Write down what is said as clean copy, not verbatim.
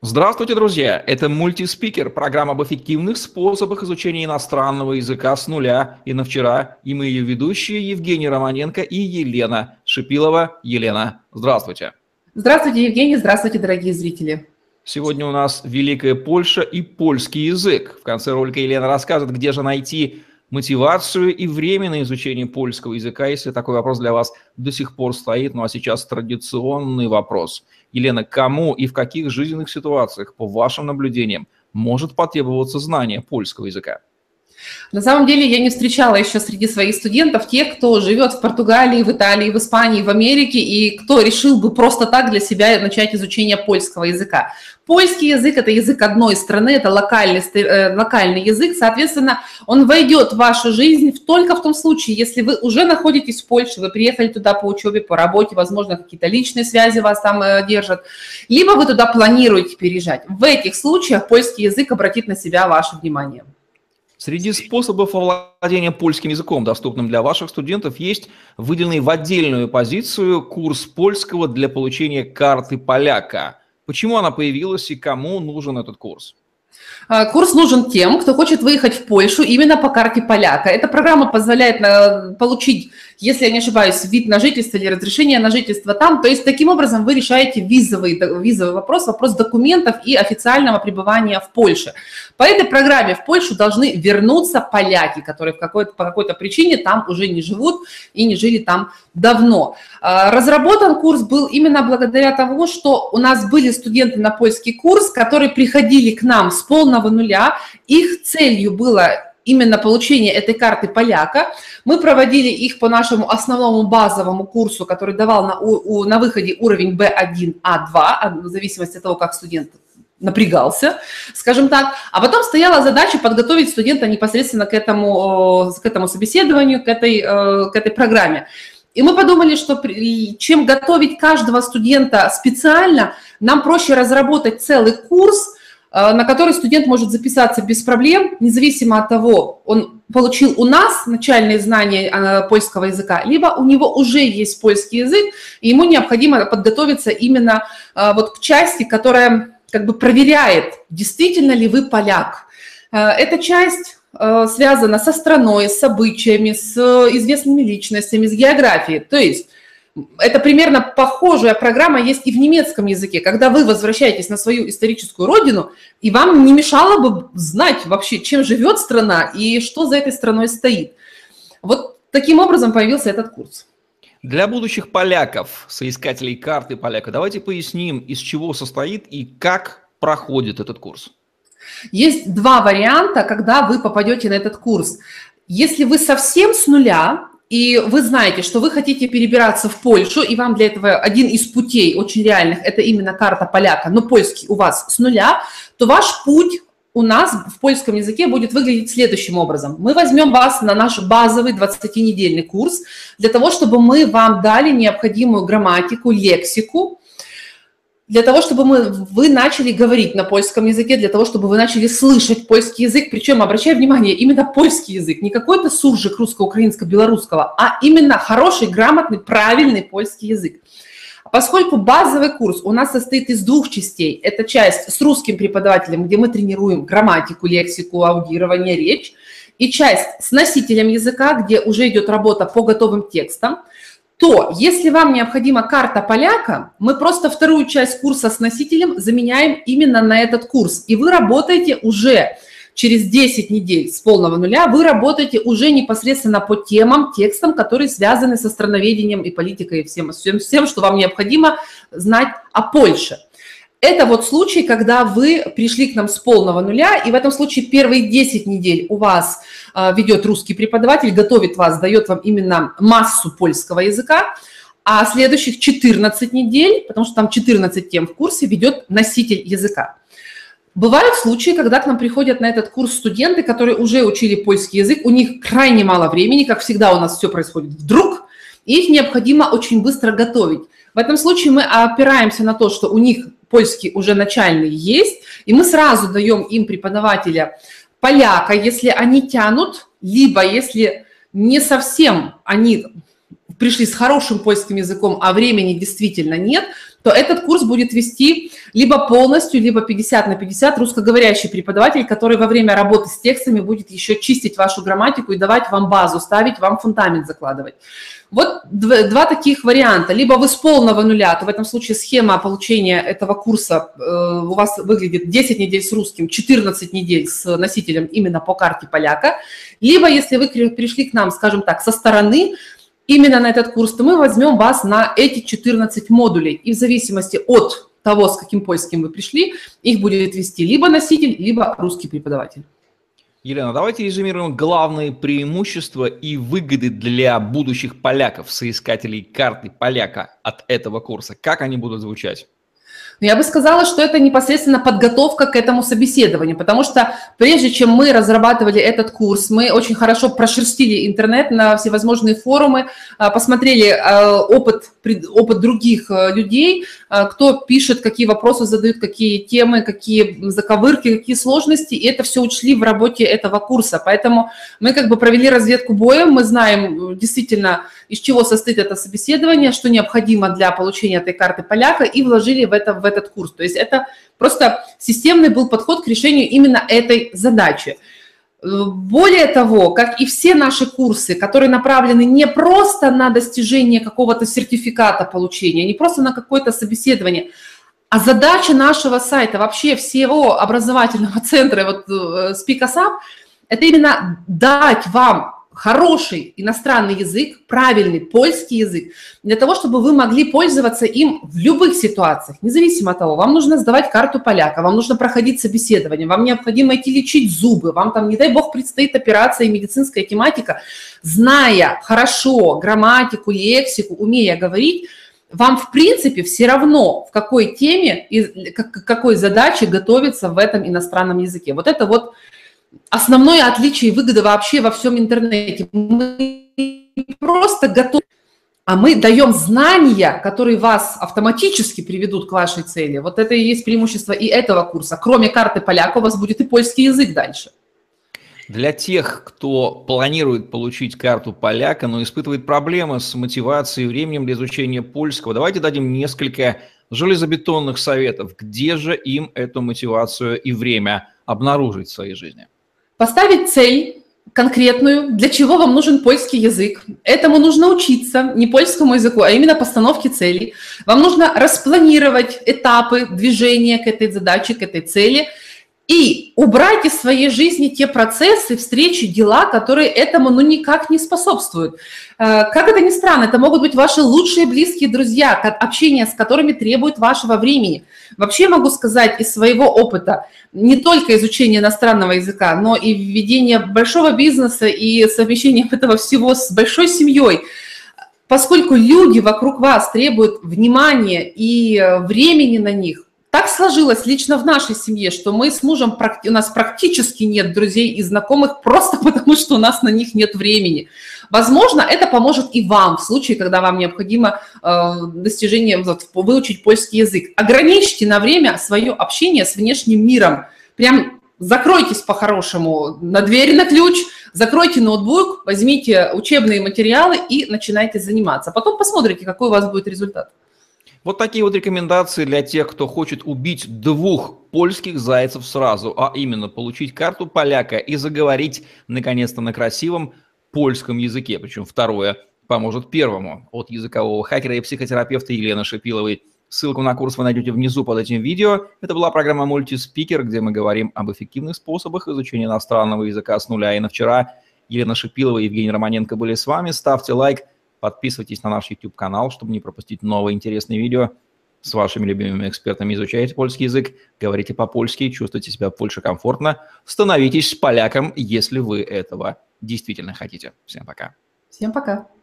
Здравствуйте, друзья! Это «Мультиспикер», программа об эффективных способах изучения иностранного языка с нуля и на вчера. И мы ее ведущие Евгений Романенко и Елена Шипилова. Елена, здравствуйте! Здравствуйте, Евгений! Здравствуйте, дорогие зрители! Сегодня у нас Великая Польша и польский язык. В конце ролика Елена расскажет, где же найти мотивацию и время на изучение польского языка, если такой вопрос для вас до сих пор стоит. Ну а сейчас традиционный вопрос. Елена, кому и в каких жизненных ситуациях, по вашим наблюдениям, может потребоваться знание польского языка? На самом деле я не встречала еще среди своих студентов тех, кто живет в Португалии, в Италии, в Испании, в Америке, и кто решил бы просто так для себя начать изучение польского языка. Польский язык – это язык одной страны, это локальный язык, соответственно, он войдет в вашу жизнь только в том случае, если вы уже находитесь в Польше, вы приехали туда по учебе, по работе, возможно, какие-то личные связи вас там держат, либо вы туда планируете переезжать. В этих случаях польский язык обратит на себя ваше внимание. Среди способов овладения польским языком, доступным для ваших студентов, есть выделенный в отдельную позицию курс польского для получения карты поляка. Почему она появилась и кому нужен этот курс? Курс нужен тем, кто хочет выехать в Польшу именно по карте поляка. Эта программа позволяет получить, если я не ошибаюсь, вид на жительство или разрешение на жительство там. То есть таким образом вы решаете визовый вопрос документов и официального пребывания в Польше. По этой программе в Польшу должны вернуться поляки, которые по какой-то причине там уже не живут и не жили там давно. Разработан курс был именно благодаря тому, что у нас были студенты на польский курс, которые приходили к нам с полного нуля. Их целью было именно получение этой карты поляка. Мы проводили их по нашему основному базовому курсу, который давал на выходе уровень B1, A2, в зависимости от того, как студент напрягался, скажем так. А потом стояла задача подготовить студента непосредственно к этому собеседованию, к этой программе. И мы подумали, что чем готовить каждого студента специально, нам проще разработать целый курс, на который студент может записаться без проблем, независимо от того, он получил у нас начальные знания польского языка, либо у него уже есть польский язык, и ему необходимо подготовиться именно вот к части, которая как бы проверяет, действительно ли вы поляк. Эта часть связана со страной, с событиями, с известными личностями, с географией. То есть это примерно похожая программа есть и в немецком языке, когда вы возвращаетесь на свою историческую родину, и вам не мешало бы знать вообще, чем живет страна и что за этой страной стоит. Вот таким образом появился этот курс. Для будущих поляков, соискателей карты поляка, давайте поясним, из чего состоит и как проходит этот курс. Есть два варианта, когда вы попадете на этот курс. Если вы совсем с нуля, и вы знаете, что вы хотите перебираться в Польшу, и вам для этого один из путей очень реальных, это именно карта поляка, но польский у вас с нуля, то ваш путь у нас в польском языке будет выглядеть следующим образом. Мы возьмем вас на наш базовый 20-недельный курс для того, чтобы мы вам дали необходимую грамматику, лексику, для того, чтобы вы начали говорить на польском языке, для того, чтобы вы начали слышать польский язык, причем, обращаю внимание, именно польский язык, не какой-то суржик русско-украинско-белорусского, а именно хороший, грамотный, правильный польский язык. Поскольку базовый курс у нас состоит из двух частей, это часть с русским преподавателем, где мы тренируем грамматику, лексику, аудирование, речь, и часть с носителем языка, где уже идет работа по готовым текстам, то если вам необходима карта поляка, мы просто вторую часть курса с носителем заменяем именно на этот курс. И вы работаете уже через 10 недель с полного нуля, вы работаете уже непосредственно по темам, текстам, которые связаны со страноведением и политикой, и всем, что вам необходимо знать о Польше. Это вот случай, когда вы пришли к нам с полного нуля, и в этом случае первые 10 недель у вас ведет русский преподаватель, готовит вас, дает вам именно массу польского языка, а следующих 14 недель, потому что там 14 тем в курсе, ведет носитель языка. Бывают случаи, когда к нам приходят на этот курс студенты, которые уже учили польский язык, у них крайне мало времени, как всегда у нас все происходит вдруг, и их необходимо очень быстро готовить. В этом случае мы опираемся на то, что у них польский уже начальный есть, и мы сразу даем им преподавателя поляка, если они тянут, либо если не совсем они пришли с хорошим польским языком, а времени действительно нет, то этот курс будет вести либо полностью, либо 50/50 русскоговорящий преподаватель, который во время работы с текстами будет еще чистить вашу грамматику и давать вам базу, ставить вам фундамент закладывать. Вот два таких варианта. Либо вы с полного нуля, то в этом случае схема получения этого курса у вас выглядит 10 недель с русским, 14 недель с носителем именно по карте поляка. Либо если вы пришли к нам, скажем так, со стороны, именно на этот курс, то мы возьмем вас на эти 14 модулей. И в зависимости от того, с каким польским вы пришли, их будет вести либо носитель, либо русский преподаватель. Елена, давайте резюмируем главные преимущества и выгоды для будущих поляков, соискателей карты поляка от этого курса. Как они будут звучать? Я бы сказала, что это непосредственно подготовка к этому собеседованию, потому что прежде чем мы разрабатывали этот курс, мы очень хорошо прошерстили интернет на всевозможные форумы, посмотрели опыт других людей, кто пишет, какие вопросы задают, какие темы, какие заковырки, какие сложности, и это все учли в работе этого курса. Поэтому мы как бы провели разведку боем, мы знаем действительно, из чего состоит это собеседование, что необходимо для получения этой карты поляка, и вложили в этот курс. То есть это просто системный был подход к решению именно этой задачи. Более того, как и все наши курсы, которые направлены не просто на достижение какого-то сертификата получения, не просто на какое-то собеседование, а задача нашего сайта, вообще всего образовательного центра, вот Speak Us Up, это именно дать вам хороший иностранный язык, правильный польский язык, для того, чтобы вы могли пользоваться им в любых ситуациях, независимо от того, вам нужно сдавать карту поляка, вам нужно проходить собеседование, вам необходимо идти лечить зубы, вам там, не дай бог, предстоит операция и медицинская тематика, зная хорошо грамматику, лексику, умея говорить, вам, в принципе, все равно, в какой теме и к какой задаче готовиться в этом иностранном языке. Вот это вот основное отличие и выгода вообще во всем интернете. Мы просто готовы, а мы даем знания, которые вас автоматически приведут к вашей цели. Вот это и есть преимущество и этого курса. Кроме карты поляка у вас будет и польский язык дальше. Для тех, кто планирует получить карту поляка, но испытывает проблемы с мотивацией и временем для изучения польского, давайте дадим несколько железобетонных советов, где же им эту мотивацию и время обнаружить в своей жизни. Поставить цель конкретную, для чего вам нужен польский язык. Этому нужно учиться, не польскому языку, а именно постановке целей. Вам нужно распланировать этапы движения к этой задаче, к этой цели и убрать из своей жизни те процессы, встречи, дела, которые этому никак не способствуют. Как это ни странно, это могут быть ваши лучшие близкие друзья, общение с которыми требует вашего времени. Вообще могу сказать из своего опыта, не только изучение иностранного языка, но и введение большого бизнеса и совмещение этого всего с большой семьей. Поскольку люди вокруг вас требуют внимания и времени на них, так сложилось лично в нашей семье, что мы с мужем, у нас практически нет друзей и знакомых, просто потому что у нас на них нет времени. Возможно, это поможет и вам в случае, когда вам необходимо выучить польский язык. Ограничьте на время свое общение с внешним миром. Прям закройтесь по-хорошему на дверь на ключ, закройте ноутбук, возьмите учебные материалы и начинайте заниматься. Потом посмотрите, какой у вас будет результат. Вот такие вот рекомендации для тех, кто хочет убить двух польских зайцев сразу, а именно получить карту поляка и заговорить наконец-то на красивом польском языке. Причем второе поможет первому. От языкового хакера и психотерапевта Елены Шипиловой. Ссылку на курс вы найдете внизу под этим видео. Это была программа «Мультиспикер», где мы говорим об эффективных способах изучения иностранного языка с нуля. И на вчера Елена Шипилова и Евгений Романенко были с вами. Ставьте лайк. Подписывайтесь на наш YouTube-канал, чтобы не пропустить новые интересные видео с вашими любимыми экспертами. Изучайте польский язык, говорите по-польски, чувствуйте себя в Польше комфортно. Становитесь поляком, если вы этого действительно хотите. Всем пока. Всем пока.